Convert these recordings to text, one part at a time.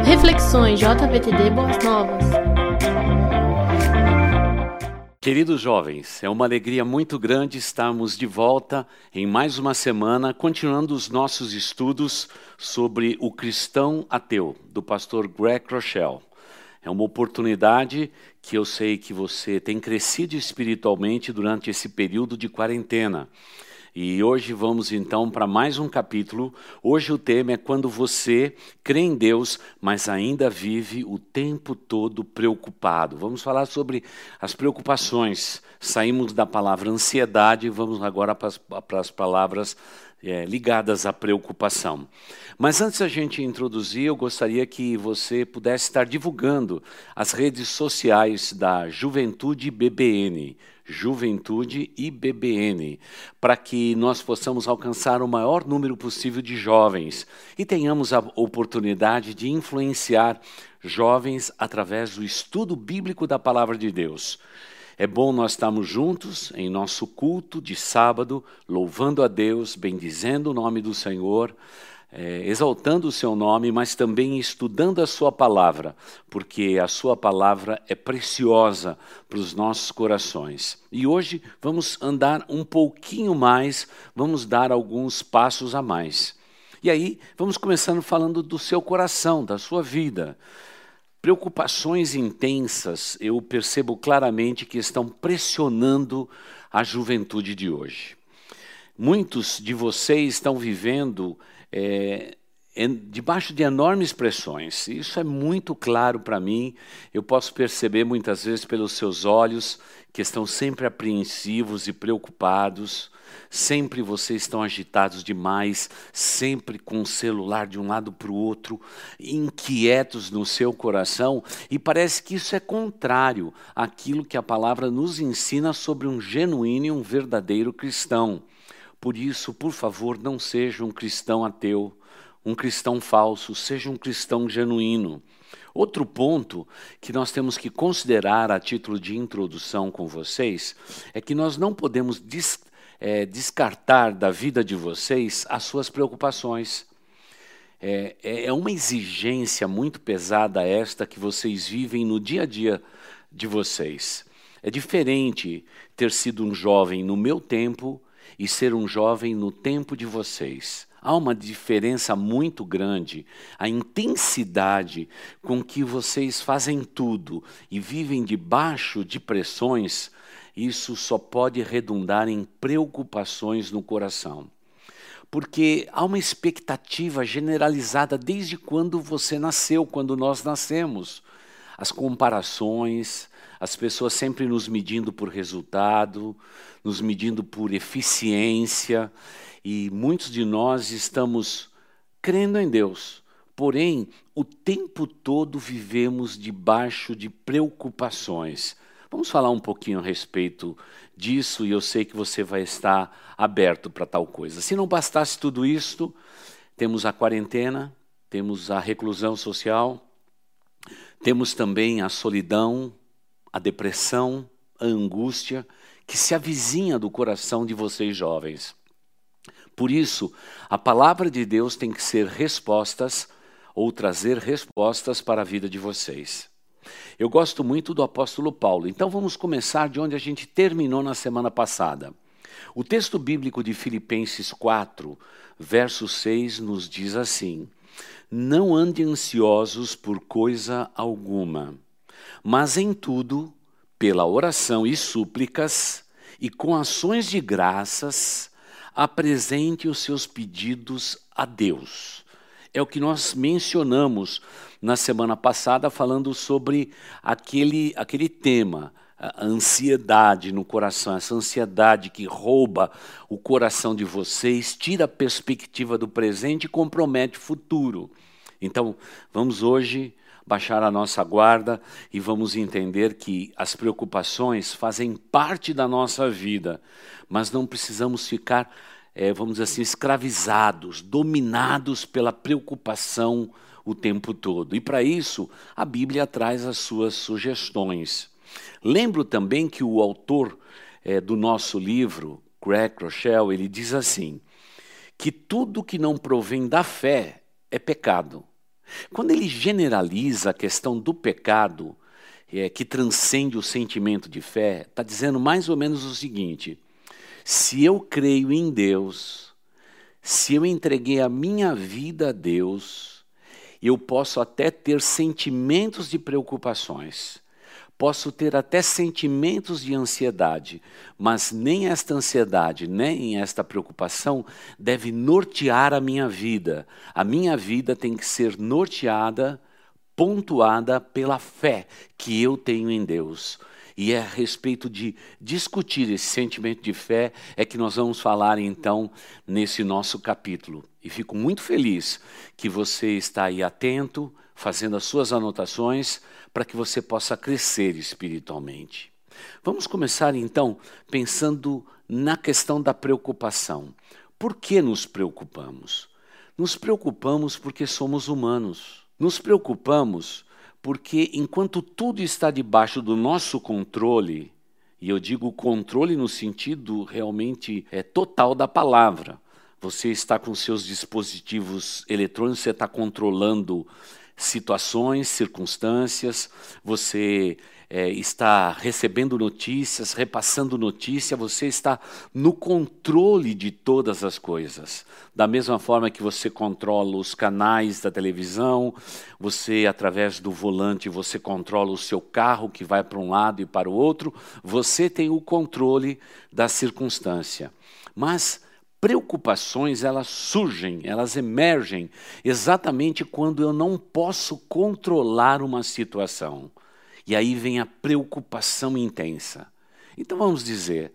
Reflexões JVTD Boas Novas. Queridos jovens, é uma alegria muito grande estarmos de volta em mais uma semana, continuando os nossos estudos sobre o cristão ateu, do pastor Greg Rochelle. É uma oportunidade que eu sei que você tem crescido espiritualmente durante esse período de quarentena. E hoje vamos então para mais um capítulo. Hoje o tema é quando você crê em Deus, mas ainda vive o tempo todo preocupado. Vamos falar sobre as preocupações. Saímos da palavra ansiedade e vamos agora para as palavras ligadas à preocupação. Mas antes da gente introduzir, eu gostaria que você pudesse estar divulgando as redes sociais da Juventude BBN. Juventude e BBN, para que nós possamos alcançar o maior número possível de jovens e tenhamos a oportunidade de influenciar jovens através do estudo bíblico da Palavra de Deus. É bom nós estarmos juntos em nosso culto de sábado, louvando a Deus, bendizendo o nome do Senhor, exaltando o seu nome, mas também estudando a sua palavra, porque a sua palavra é preciosa para os nossos corações. E hoje vamos andar um pouquinho mais, vamos dar alguns passos a mais. E aí vamos começando falando do seu coração, da sua vida. Preocupações intensas, eu percebo claramente que estão pressionando a juventude de hoje. Muitos de vocês estão vivendo debaixo de enormes pressões. Isso é muito claro para mim. Eu posso perceber muitas vezes pelos seus olhos que estão sempre apreensivos e preocupados. Sempre vocês estão agitados demais, sempre com o celular de um lado para o outro, inquietos no seu coração, e parece que isso é contrário àquilo que a palavra nos ensina sobre um genuíno e um verdadeiro cristão. Por isso, por favor, não seja um cristão ateu, um cristão falso, seja um cristão genuíno. Outro ponto que nós temos que considerar a título de introdução com vocês é que nós não podemos descartar da vida de vocês as suas preocupações. É uma exigência muito pesada esta que vocês vivem no dia a dia de vocês. É diferente ter sido um jovem no meu tempo e ser um jovem no tempo de vocês. Há uma diferença muito grande, a intensidade com que vocês fazem tudo e vivem debaixo de pressões, isso só pode redundar em preocupações no coração. Porque há uma expectativa generalizada desde quando você nasceu, quando nós nascemos. As comparações, as pessoas sempre nos medindo por resultado, nos medindo por eficiência, e muitos de nós estamos crendo em Deus, porém, o tempo todo vivemos debaixo de preocupações. Vamos falar um pouquinho a respeito disso, e eu sei que você vai estar aberto para tal coisa. Se não bastasse tudo isto, temos a quarentena, temos a reclusão social, temos também a solidão, a depressão, a angústia, que se avizinha do coração de vocês jovens. Por isso, a palavra de Deus tem que ser respostas ou trazer respostas para a vida de vocês. Eu gosto muito do apóstolo Paulo, então vamos começar de onde a gente terminou na semana passada. O texto bíblico de Filipenses 4, verso 6, nos diz assim: não andem ansiosos por coisa alguma, mas em tudo, pela oração e súplicas, e com ações de graças, apresente os seus pedidos a Deus. É o que nós mencionamos na semana passada, falando sobre aquele tema, a ansiedade no coração, essa ansiedade que rouba o coração de vocês, tira a perspectiva do presente e compromete o futuro. Então, vamos hoje baixar a nossa guarda e vamos entender que as preocupações fazem parte da nossa vida, mas não precisamos ficar, vamos dizer assim, escravizados, dominados pela preocupação o tempo todo. E para isso, a Bíblia traz as suas sugestões. Lembro também que o autor do nosso livro, Greg Rochelle, ele diz assim, que tudo que não provém da fé é pecado. Quando ele generaliza a questão do pecado, que transcende o sentimento de fé, está dizendo mais ou menos o seguinte: se eu creio em Deus, se eu entreguei a minha vida a Deus, eu posso até ter sentimentos de preocupações, posso ter até sentimentos de ansiedade, mas nem esta ansiedade, nem esta preocupação deve nortear a minha vida. A minha vida tem que ser norteada, pontuada pela fé que eu tenho em Deus. E é a respeito de discutir esse sentimento de fé é que nós vamos falar então nesse nosso capítulo. E fico muito feliz que você está aí atento, fazendo as suas anotações, para que você possa crescer espiritualmente. Vamos começar então pensando na questão da preocupação. Por que nos preocupamos? Nos preocupamos porque somos humanos. Nos preocupamos porque enquanto tudo está debaixo do nosso controle, e eu digo controle no sentido realmente total da palavra, você está com seus dispositivos eletrônicos, você está controlando situações, circunstâncias, você está recebendo notícias, repassando notícia, você está no controle de todas as coisas. Da mesma forma que você controla os canais da televisão, você, através do volante, você controla o seu carro que vai para um lado e para o outro, você tem o controle da circunstância. Mas preocupações, elas surgem, elas emergem exatamente quando eu não posso controlar uma situação. E aí vem a preocupação intensa. Então vamos dizer,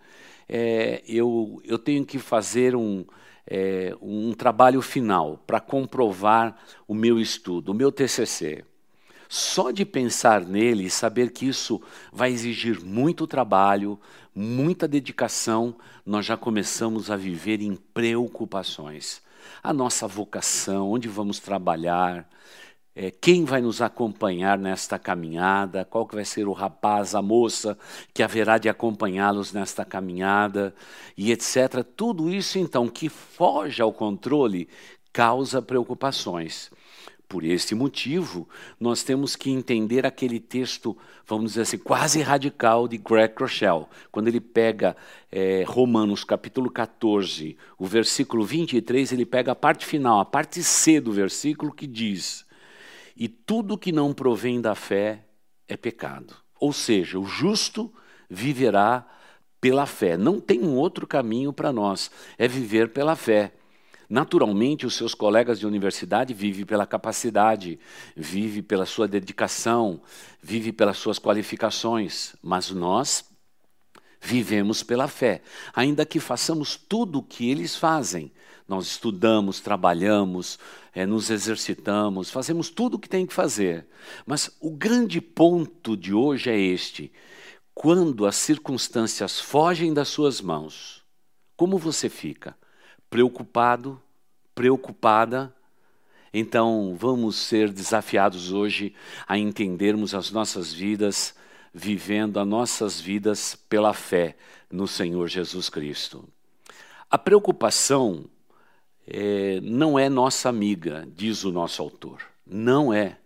eu tenho que fazer um trabalho final para comprovar o meu estudo, o meu TCC. Só de pensar nele e saber que isso vai exigir muito trabalho, muita dedicação, nós já começamos a viver em preocupações. A nossa vocação, onde vamos trabalhar, quem vai nos acompanhar nesta caminhada, qual que vai ser o rapaz, a moça que haverá de acompanhá-los nesta caminhada, e etc. Tudo isso, então, que foge ao controle, causa preocupações. Por esse motivo, nós temos que entender aquele texto, vamos dizer assim, quase radical de Greg Rochelle, quando ele pega Romanos capítulo 14, o versículo 23, ele pega a parte final, a parte C do versículo que diz: e tudo que não provém da fé é pecado. Ou seja, o justo viverá pela fé. Não tem um outro caminho para nós, é viver pela fé. Naturalmente, os seus colegas de universidade vivem pela capacidade, vivem pela sua dedicação, vivem pelas suas qualificações, mas nós vivemos pela fé. Ainda que façamos tudo o que eles fazem, nós estudamos, trabalhamos, nos exercitamos, fazemos tudo o que tem que fazer. Mas o grande ponto de hoje é este: quando as circunstâncias fogem das suas mãos, como você fica? Preocupado, preocupada? Então vamos ser desafiados hoje a entendermos as nossas vidas, vivendo as nossas vidas pela fé no Senhor Jesus Cristo. A preocupação não é nossa amiga, diz o nosso autor. Não é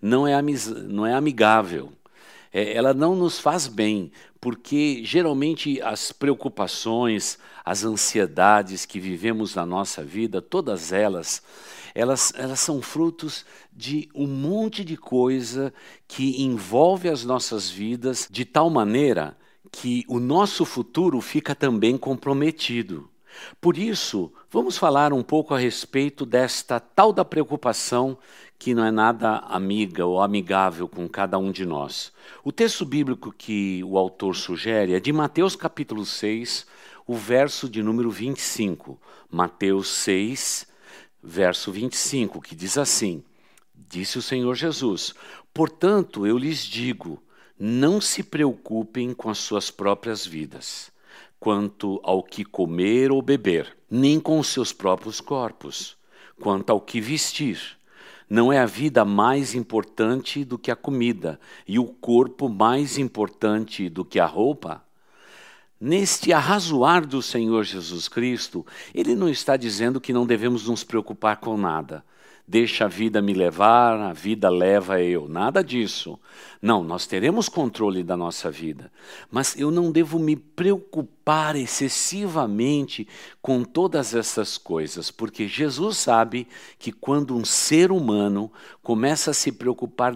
amigável. Ela não nos faz bem, porque geralmente as preocupações, as ansiedades que vivemos na nossa vida, todas elas são frutos de um monte de coisa que envolve as nossas vidas de tal maneira que o nosso futuro fica também comprometido. Por isso, vamos falar um pouco a respeito desta tal da preocupação que não é nada amiga ou amigável com cada um de nós. O texto bíblico que o autor sugere é de Mateus capítulo 6, o verso de número 25. Mateus 6, verso 25, que diz assim: disse o Senhor Jesus: portanto, eu lhes digo, não se preocupem com as suas próprias vidas, quanto ao que comer ou beber, nem com os seus próprios corpos, quanto ao que vestir. Não é a vida mais importante do que a comida, e o corpo mais importante do que a roupa? Neste arrazoar do Senhor Jesus Cristo, ele não está dizendo que não devemos nos preocupar com nada. deixa a vida me levar, a vida leva eu. Nada disso. Não, nós teremos controle da nossa vida, mas eu não devo me preocupar excessivamente com todas essas coisas, porque Jesus sabe que quando um ser humano começa a se preocupar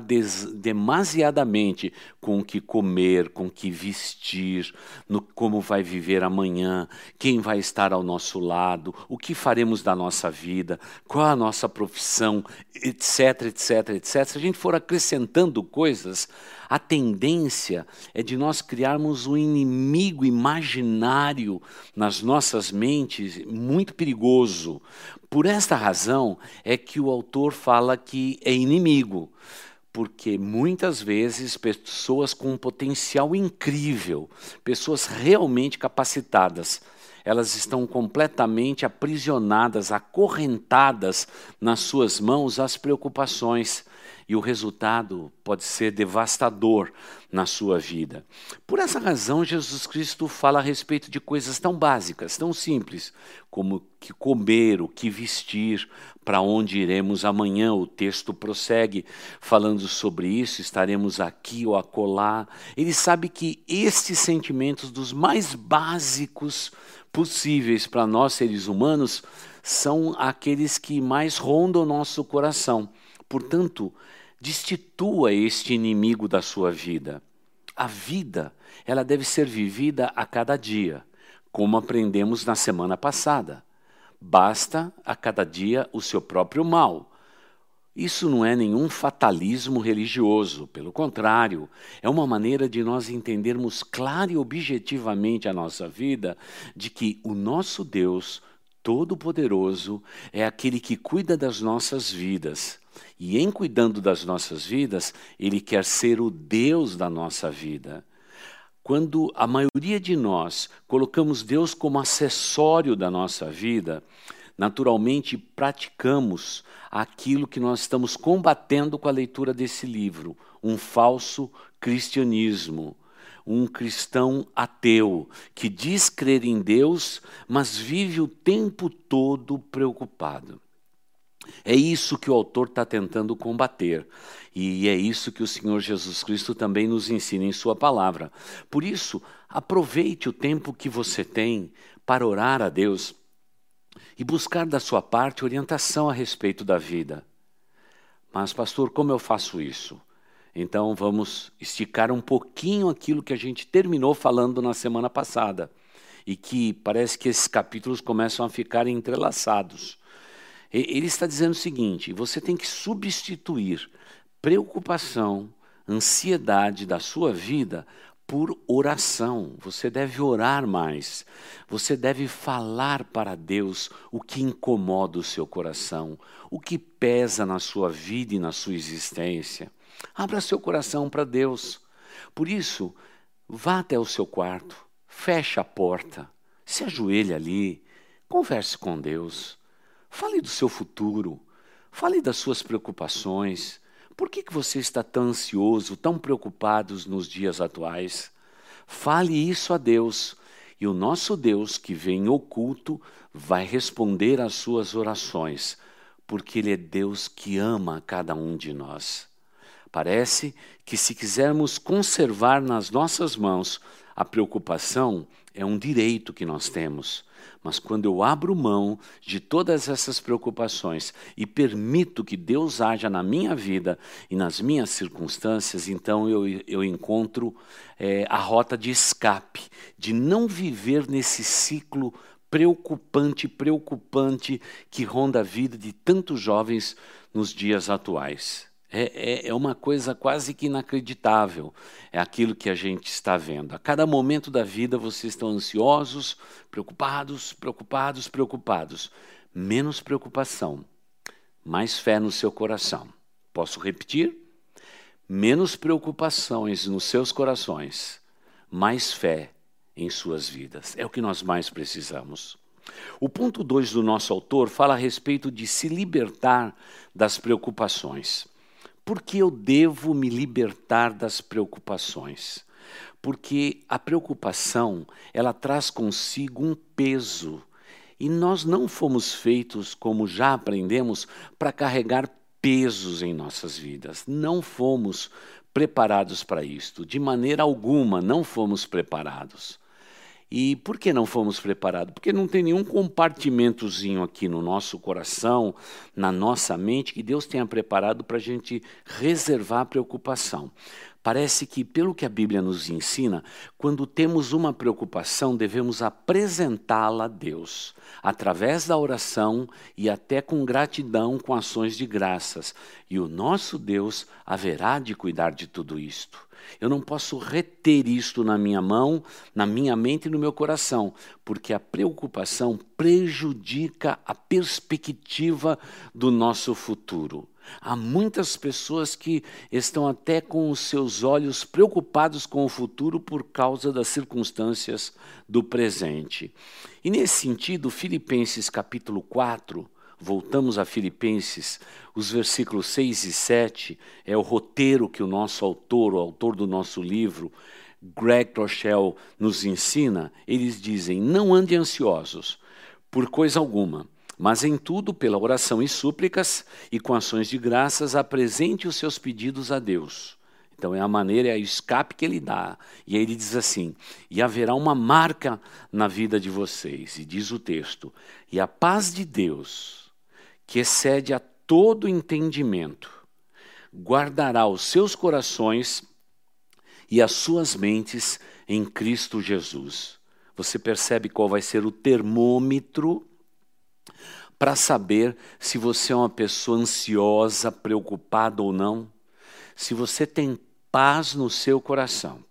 demasiadamente com o que comer, com o que vestir, no como vai viver amanhã, quem vai estar ao nosso lado, o que faremos da nossa vida, qual a nossa profissão, etc, etc, etc. Se a gente for acrescentando coisas, a tendência é de nós criarmos um inimigo imaginário nas nossas mentes muito perigoso. Por esta razão é que o autor fala que é inimigo, porque muitas vezes pessoas com um potencial incrível, pessoas realmente capacitadas, elas estão completamente aprisionadas, acorrentadas nas suas mãos às preocupações. E o resultado pode ser devastador na sua vida. Por essa razão, Jesus Cristo fala a respeito de coisas tão básicas, tão simples, como o que comer, o que vestir, para onde iremos amanhã. O texto prossegue falando sobre isso, estaremos aqui ou acolá. Ele sabe que estes sentimentos, dos mais básicos possíveis para nós seres humanos, são aqueles que mais rondam o nosso coração. Portanto, destitua este inimigo da sua vida. A vida, ela deve ser vivida a cada dia, como aprendemos na semana passada. Basta a cada dia o seu próprio mal. Isso não é nenhum fatalismo religioso, pelo contrário, é uma maneira de nós entendermos clara e objetivamente a nossa vida, de que o nosso Deus Todo-Poderoso é aquele que cuida das nossas vidas. E em cuidando das nossas vidas, Ele quer ser o Deus da nossa vida. Quando a maioria de nós colocamos Deus como acessório da nossa vida, naturalmente praticamos aquilo que nós estamos combatendo com a leitura desse livro, um falso cristianismo. Um cristão ateu, que diz crer em Deus, mas vive o tempo todo preocupado. É isso que o autor está tentando combater. E é isso que o Senhor Jesus Cristo também nos ensina em sua palavra. Por isso, aproveite o tempo que você tem para orar a Deus e buscar da sua parte orientação a respeito da vida. Mas, pastor, como eu faço isso? Então vamos esticar um pouquinho aquilo que a gente terminou falando na semana passada e que parece que esses capítulos começam a ficar entrelaçados. Ele está dizendo o seguinte: você tem que substituir preocupação, ansiedade da sua vida por oração. Você deve orar mais. Você deve falar para Deus o que incomoda o seu coração, o que pesa na sua vida e na sua existência. Abra seu coração para Deus. Por isso, vá até o seu quarto, feche a porta, se ajoelhe ali, converse com Deus, fale do seu futuro, fale das suas preocupações. Por que você está tão ansioso, tão preocupado nos dias atuais? Fale isso a Deus, e o nosso Deus, que vem oculto, vai responder às suas orações, porque Ele é Deus que ama cada um de nós. Parece que se quisermos conservar nas nossas mãos a preocupação, é um direito que nós temos. Mas quando eu abro mão de todas essas preocupações e permito que Deus haja na minha vida e nas minhas circunstâncias, então eu encontro a rota de escape, de não viver nesse ciclo preocupante que ronda a vida de tantos jovens nos dias atuais. É uma coisa quase que inacreditável, é aquilo que a gente está vendo. A cada momento da vida vocês estão ansiosos, preocupados. Menos preocupação, mais fé no seu coração. Posso repetir? Menos preocupações nos seus corações, mais fé em suas vidas. É o que nós mais precisamos. O ponto 2 do nosso autor fala a respeito de se libertar das preocupações. Por que eu devo me libertar das preocupações? Porque a preocupação, ela traz consigo um peso. E nós não fomos feitos, como já aprendemos, para carregar pesos em nossas vidas. Não fomos preparados para isto. De maneira alguma, não fomos preparados. E por que não fomos preparados? Porque não tem nenhum compartimentozinho aqui no nosso coração, na nossa mente, que Deus tenha preparado para a gente reservar preocupação. Parece que, pelo que a Bíblia nos ensina, quando temos uma preocupação, devemos apresentá-la a Deus, através da oração e até com gratidão, com ações de graças. E o nosso Deus haverá de cuidar de tudo isto. Eu não posso reter isto na minha mão, na minha mente e no meu coração, porque a preocupação prejudica a perspectiva do nosso futuro. Há muitas pessoas que estão até com os seus olhos preocupados com o futuro por causa das circunstâncias do presente. E nesse sentido, Filipenses capítulo 4, voltamos a Filipenses, os versículos 6 e 7, é o roteiro que o nosso autor, o autor do nosso livro, Greg Rochelle, nos ensina. Eles dizem: não andem ansiosos por coisa alguma, mas em tudo, pela oração e súplicas e com ações de graças, apresente os seus pedidos a Deus. Então é a maneira, é o escape que ele dá. E aí ele diz assim: e haverá uma marca na vida de vocês. E diz o texto: e a paz de Deus, que excede a todo entendimento, guardará os seus corações e as suas mentes em Cristo Jesus. Você percebe qual vai ser o termômetro para saber se você é uma pessoa ansiosa, preocupada ou não? Se você tem paz no seu coração,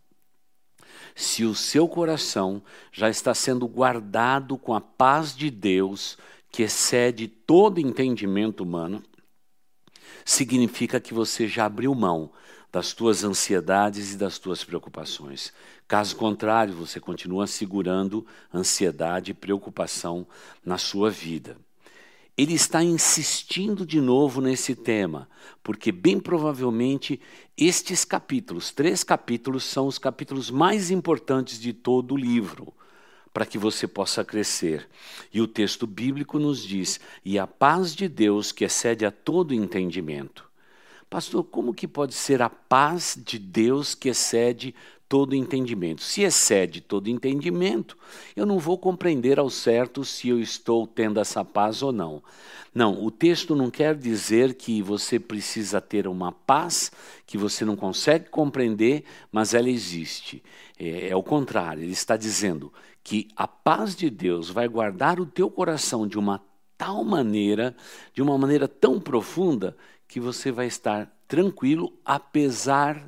se o seu coração já está sendo guardado com a paz de Deus, que excede todo entendimento humano, significa que você já abriu mão das tuas ansiedades e das tuas preocupações. Caso contrário, você continua segurando ansiedade e preocupação na sua vida. Ele está insistindo de novo nesse tema, porque bem provavelmente estes capítulos, 3 capítulos, são os capítulos mais importantes de todo o livro, para que você possa crescer. E o texto bíblico nos diz: e a paz de Deus, que excede a todo entendimento. Pastor, como que pode ser a paz de Deus que excede todo entendimento? Se excede todo entendimento, eu não vou compreender ao certo se eu estou tendo essa paz ou não. Não, o texto não quer dizer que você precisa ter uma paz que você não consegue compreender, mas ela existe. É o contrário, ele está dizendo que a paz de Deus vai guardar o teu coração de uma tal maneira, de uma maneira tão profunda, que você vai estar tranquilo apesar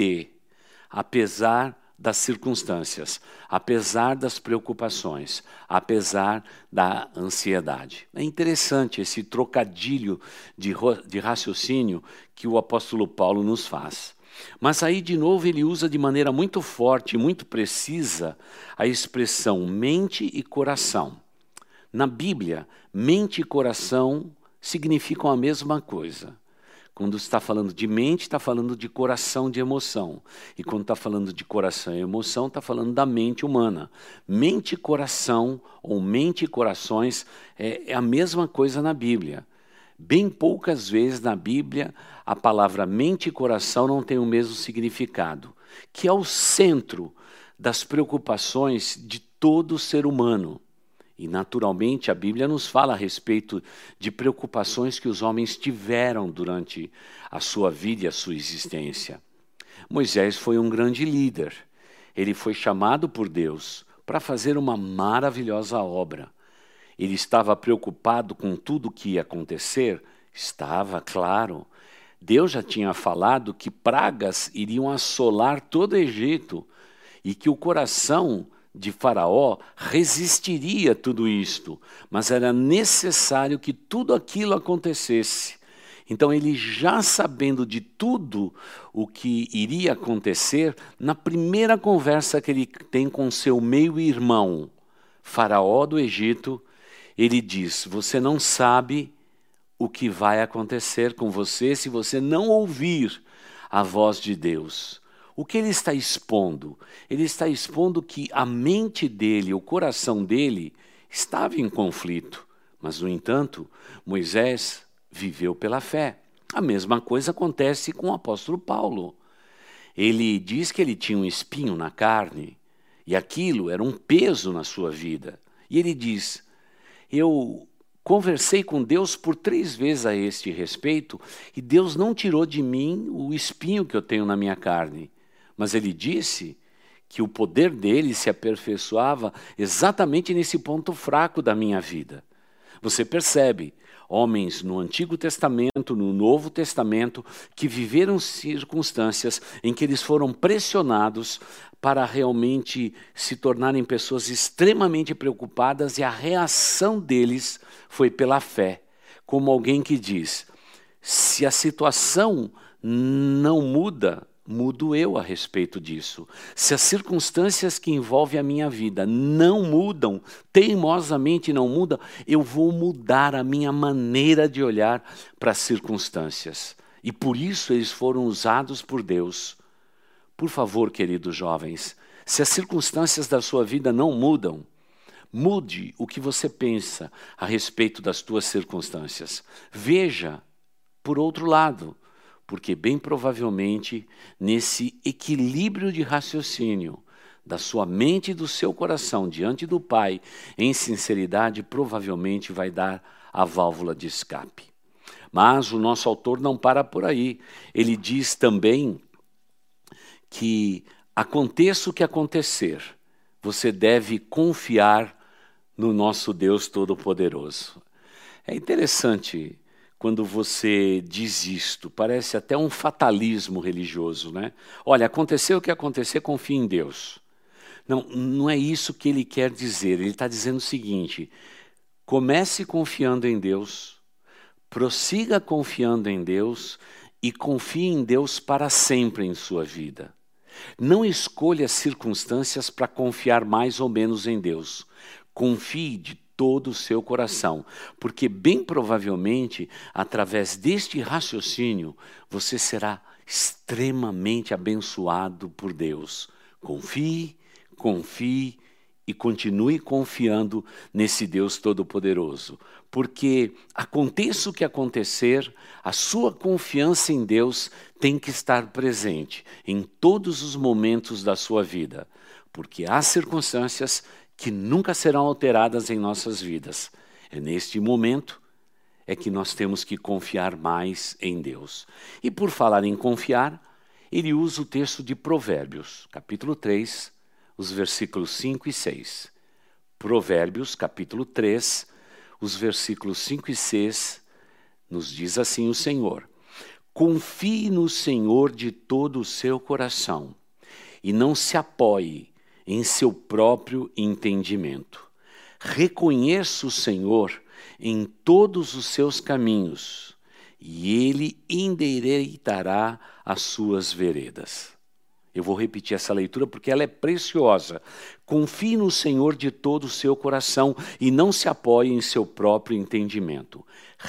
das circunstâncias, apesar das preocupações, apesar da ansiedade. É interessante esse trocadilho de raciocínio que o apóstolo Paulo nos faz. Mas aí, de novo, ele usa de maneira muito forte e muito precisa a expressão mente e coração. Na Bíblia, mente e coração significam a mesma coisa. Quando está falando de mente, está falando de coração, de emoção. E quando está falando de coração e emoção, está falando da mente humana. Mente e coração, ou mente e corações, é a mesma coisa na Bíblia. Bem poucas vezes na Bíblia a palavra mente e coração não tem o mesmo significado, que é o centro das preocupações de todo ser humano. E, naturalmente, a Bíblia nos fala a respeito de preocupações que os homens tiveram durante a sua vida e a sua existência. Moisés foi um grande líder. Ele foi chamado por Deus para fazer uma maravilhosa obra. Ele estava preocupado com tudo o que ia acontecer? Estava, claro. Deus já tinha falado que pragas iriam assolar todo o Egito e que o coração de Faraó resistiria a tudo isto, mas era necessário que tudo aquilo acontecesse. Então ele, já sabendo de tudo o que iria acontecer, na primeira conversa que ele tem com seu meio-irmão, Faraó do Egito, ele diz: você não sabe o que vai acontecer com você se você não ouvir a voz de Deus. O que ele está expondo? Ele está expondo que a mente dele, o coração dele, estava em conflito, mas, no entanto, Moisés viveu pela fé. A mesma coisa acontece com o apóstolo Paulo. Ele diz que ele tinha um espinho na carne, e aquilo era um peso na sua vida. E ele diz, eu conversei com Deus por 3 vezes a este respeito, e Deus não tirou de mim o espinho que eu tenho na minha carne. Mas ele disse que o poder dele se aperfeiçoava exatamente nesse ponto fraco da minha vida. Você percebe, homens no Antigo Testamento, no Novo Testamento, que viveram circunstâncias em que eles foram pressionados para realmente se tornarem pessoas extremamente preocupadas, e a reação deles foi pela fé. Como alguém que diz, se a situação não muda, mudo eu a respeito disso. Se as circunstâncias que envolvem a minha vida não mudam, teimosamente não mudam, eu vou mudar a minha maneira de olhar para as circunstâncias. E por isso eles foram usados por Deus. Por favor, queridos jovens, se as circunstâncias da sua vida não mudam, mude o que você pensa a respeito das tuas circunstâncias. Veja por outro lado, porque bem provavelmente nesse equilíbrio de raciocínio da sua mente e do seu coração diante do Pai, em sinceridade, provavelmente vai dar a válvula de escape. Mas o nosso autor não para por aí. Ele diz também que aconteça o que acontecer, você deve confiar no nosso Deus Todo-Poderoso. É interessante quando você diz isto, parece até um fatalismo religioso, né? Olha, aconteceu o que acontecer, confie em Deus. Não, não é isso que ele quer dizer. Ele está dizendo o seguinte, comece confiando em Deus, prossiga confiando em Deus e confie em Deus para sempre em sua vida. Não escolha circunstâncias para confiar mais ou menos em Deus. Confie de todo o seu coração, porque bem provavelmente, através deste raciocínio, você será extremamente abençoado por Deus. Confie, confie e continue confiando nesse Deus Todo-Poderoso, porque aconteça o que acontecer, a sua confiança em Deus tem que estar presente em todos os momentos da sua vida, porque há circunstâncias que nunca serão alteradas em nossas vidas. É neste momento é que nós temos que confiar mais em Deus. E por falar em confiar, ele usa o texto de Provérbios, capítulo 3, os versículos 5 e 6. Provérbios, capítulo 3, os versículos 5 e 6, nos diz assim o Senhor: confie no Senhor de todo o seu coração e não se apoie em seu próprio entendimento. Reconheça o Senhor em todos os seus caminhos, e Ele endireitará as suas veredas. Eu vou repetir essa leitura porque ela é preciosa. Confie no Senhor de todo o seu coração e não se apoie em seu próprio entendimento.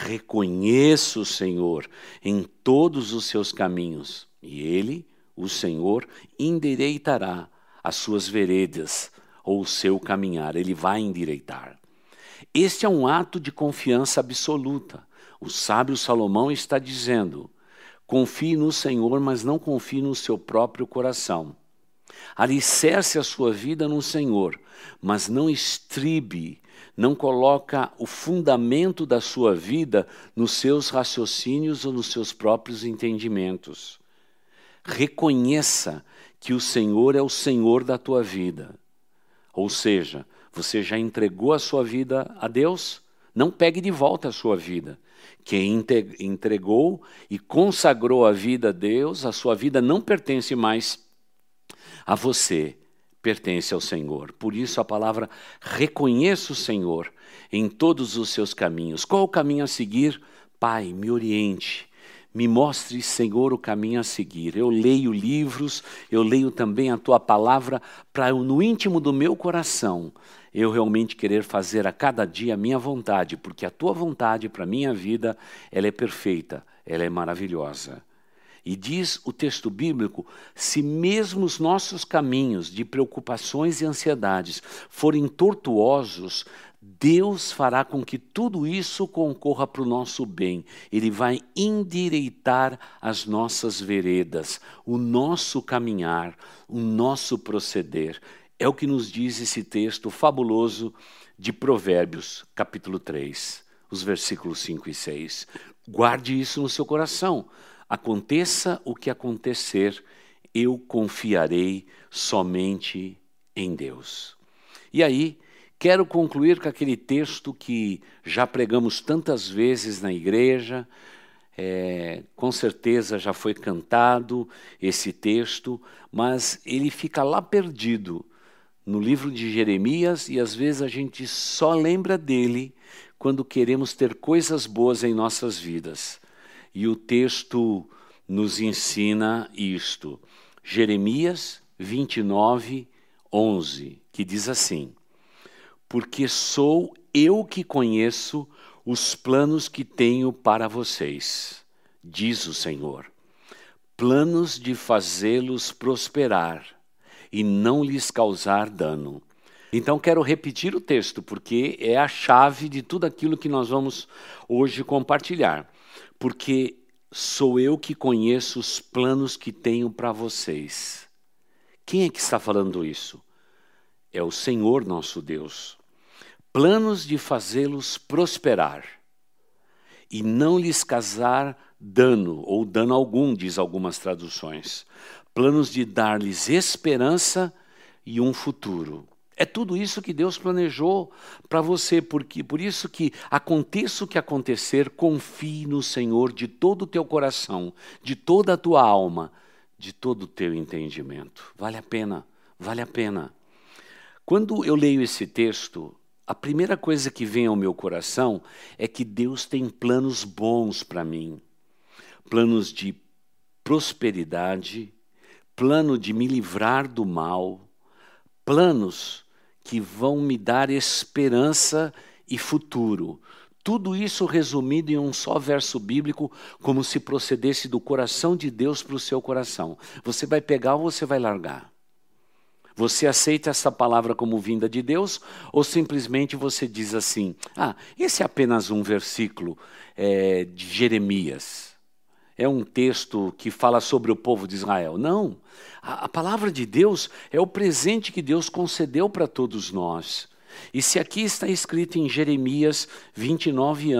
Reconheça o Senhor em todos os seus caminhos, e Ele, o Senhor, endireitará as suas veredas, ou o seu caminhar, ele vai endireitar. Este é um ato de confiança absoluta. O sábio Salomão está dizendo, confie no Senhor, mas não confie no seu próprio coração. Alicerce a sua vida no Senhor, mas não estribe, não coloca o fundamento da sua vida nos seus raciocínios ou nos seus próprios entendimentos. Reconheça que o Senhor é o Senhor da tua vida. Ou seja, você já entregou a sua vida a Deus? Não pegue de volta a sua vida. Quem entregou e consagrou a vida a Deus, a sua vida não pertence mais a você, pertence ao Senhor. Por isso a palavra reconheça o Senhor em todos os seus caminhos. Qual o caminho a seguir? Pai, me oriente. Me mostre, Senhor, o caminho a seguir. Eu leio livros, eu leio também a Tua palavra para no íntimo do meu coração eu realmente querer fazer a cada dia a minha vontade, porque a Tua vontade para a minha vida, ela é perfeita, ela é maravilhosa. E diz o texto bíblico, se mesmo os nossos caminhos de preocupações e ansiedades forem tortuosos, Deus fará com que tudo isso concorra para o nosso bem. Ele vai endireitar as nossas veredas, o nosso caminhar, o nosso proceder. É o que nos diz esse texto fabuloso de Provérbios, capítulo 3, os versículos 5 e 6. Guarde isso no seu coração. Aconteça o que acontecer, eu confiarei somente em Deus. E aí, quero concluir com aquele texto que já pregamos tantas vezes na igreja, com certeza já foi cantado esse texto, mas ele fica lá perdido no livro de Jeremias e às vezes a gente só lembra dele quando queremos ter coisas boas em nossas vidas. E o texto nos ensina isto. Jeremias 29, 11, que diz assim: porque sou eu que conheço os planos que tenho para vocês, diz o Senhor, planos de fazê-los prosperar e não lhes causar dano. Então quero repetir o texto, porque é a chave de tudo aquilo que nós vamos hoje compartilhar. Porque sou eu que conheço os planos que tenho para vocês. Quem é que está falando isso? É o Senhor nosso Deus. Planos de fazê-los prosperar e não lhes causar dano, ou dano algum, diz algumas traduções. Planos de dar-lhes esperança e um futuro. É tudo isso que Deus planejou para você, porque por isso que aconteça o que acontecer, confie no Senhor de todo o teu coração, de toda a tua alma, de todo o teu entendimento. Vale a pena, vale a pena. Quando eu leio esse texto, a primeira coisa que vem ao meu coração é que Deus tem planos bons para mim. Planos de prosperidade, plano de me livrar do mal, planos que vão me dar esperança e futuro. Tudo isso resumido em um só verso bíblico, como se procedesse do coração de Deus para o seu coração. Você vai pegar ou você vai largar? Você aceita essa palavra como vinda de Deus ou simplesmente você diz assim, esse é apenas um versículo de Jeremias. É um texto que fala sobre o povo de Israel. Não, a palavra de Deus é o presente que Deus concedeu para todos nós. E se aqui está escrito em Jeremias 29,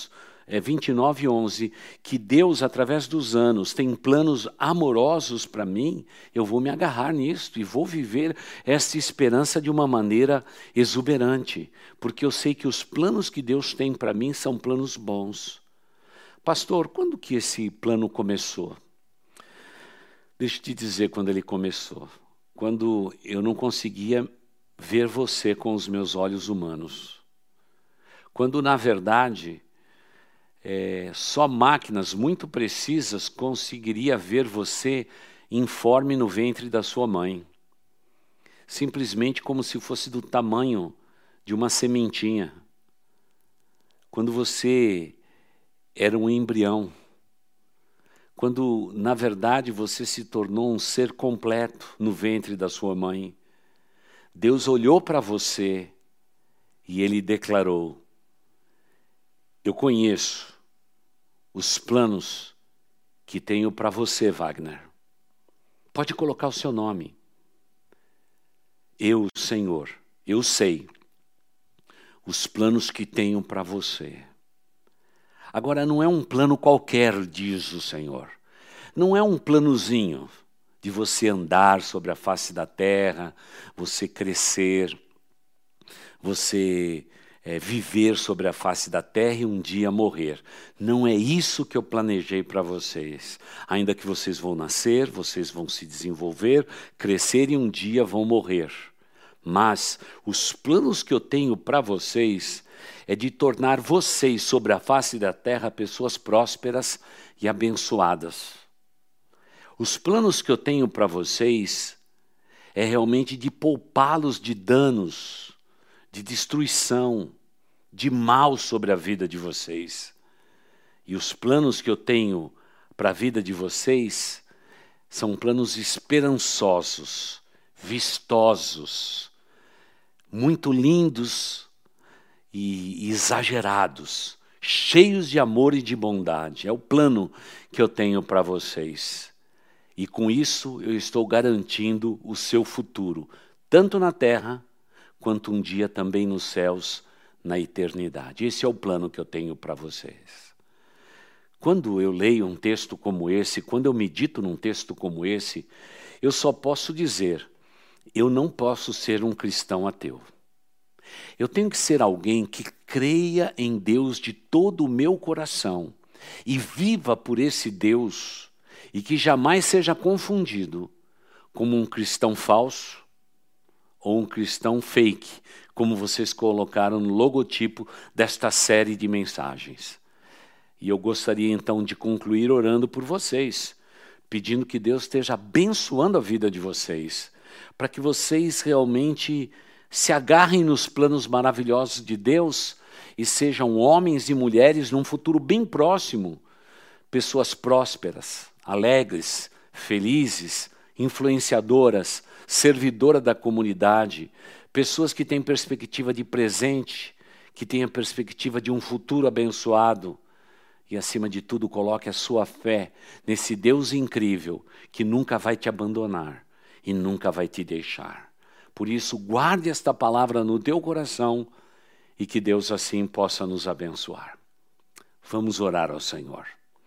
11, que Deus, através dos anos, tem planos amorosos para mim, eu vou me agarrar nisso e vou viver essa esperança de uma maneira exuberante, porque eu sei que os planos que Deus tem para mim são planos bons. Pastor, quando que esse plano começou? Deixa eu te dizer quando ele começou. Quando eu não conseguia ver você com os meus olhos humanos. Quando, na verdade, só máquinas muito precisas conseguiria ver você informe no ventre da sua mãe. Simplesmente como se fosse do tamanho de uma sementinha. Quando você era um embrião. Quando, na verdade, você se tornou um ser completo no ventre da sua mãe. Deus olhou para você e Ele declarou, eu conheço os planos que tenho para você, Wagner. Pode colocar o seu nome. Eu, Senhor, eu sei os planos que tenho para você. Agora, não é um plano qualquer, diz o Senhor. Não é um planozinho de você andar sobre a face da terra, você crescer, você viver sobre a face da terra e um dia morrer. Não é isso que eu planejei para vocês. Ainda que vocês vão nascer, vocês vão se desenvolver, crescer e um dia vão morrer. Mas os planos que eu tenho para vocês é de tornar vocês sobre a face da terra pessoas prósperas e abençoadas. Os planos que eu tenho para vocês é realmente de poupá-los de danos, de destruição, de mal sobre a vida de vocês. E os planos que eu tenho para a vida de vocês são planos esperançosos, vistosos, muito lindos e exagerados, cheios de amor e de bondade. É o plano que eu tenho para vocês. E com isso eu estou garantindo o seu futuro, tanto na terra, quanto um dia também nos céus, na eternidade. Esse é o plano que eu tenho para vocês. Quando eu leio um texto como esse, quando eu medito num texto como esse, eu só posso dizer, eu não posso ser um cristão ateu. Eu tenho que ser alguém que creia em Deus de todo o meu coração e viva por esse Deus e que jamais seja confundido como um cristão falso ou um cristão fake, como vocês colocaram no logotipo desta série de mensagens. E eu gostaria então de concluir orando por vocês, pedindo que Deus esteja abençoando a vida de vocês, para que vocês realmente se agarrem nos planos maravilhosos de Deus e sejam homens e mulheres num futuro bem próximo, pessoas prósperas, alegres, felizes, influenciadoras, servidoras da comunidade, pessoas que têm perspectiva de presente, que têm a perspectiva de um futuro abençoado. E, acima de tudo, coloque a sua fé nesse Deus incrível que nunca vai te abandonar e nunca vai te deixar. Por isso, guarde esta palavra no teu coração e que Deus assim possa nos abençoar. Vamos orar ao Senhor.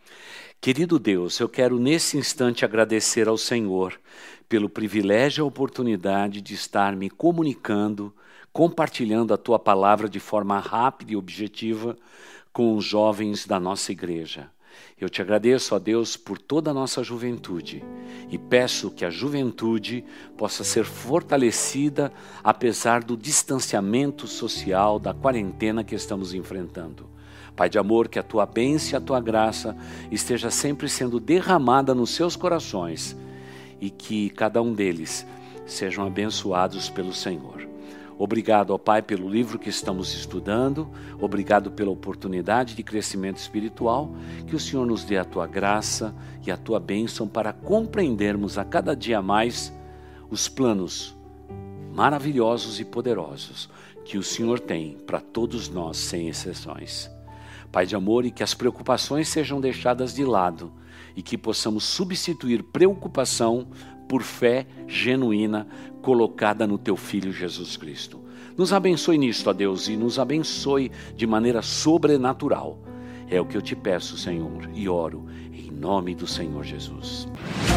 Querido Deus, eu quero nesse instante agradecer ao Senhor pelo privilégio e a oportunidade de estar me comunicando, compartilhando a tua palavra de forma rápida e objetiva com os jovens da nossa igreja. Eu te agradeço, ó Deus, por toda a nossa juventude e peço que a juventude possa ser fortalecida apesar do distanciamento social, da quarentena que estamos enfrentando. Pai de amor, que a tua bênção e a tua graça esteja sempre sendo derramada nos seus corações e que cada um deles sejam abençoados pelo Senhor. Obrigado, ó Pai, pelo livro que estamos estudando, obrigado pela oportunidade de crescimento espiritual, que o Senhor nos dê a tua graça e a tua bênção para compreendermos a cada dia mais os planos maravilhosos e poderosos que o Senhor tem para todos nós, sem exceções. Pai de amor, e que as preocupações sejam deixadas de lado e que possamos substituir preocupação por fé genuína colocada no teu Filho Jesus Cristo. Nos abençoe nisto, ó Deus, e nos abençoe de maneira sobrenatural. É o que eu te peço, Senhor, e oro em nome do Senhor Jesus.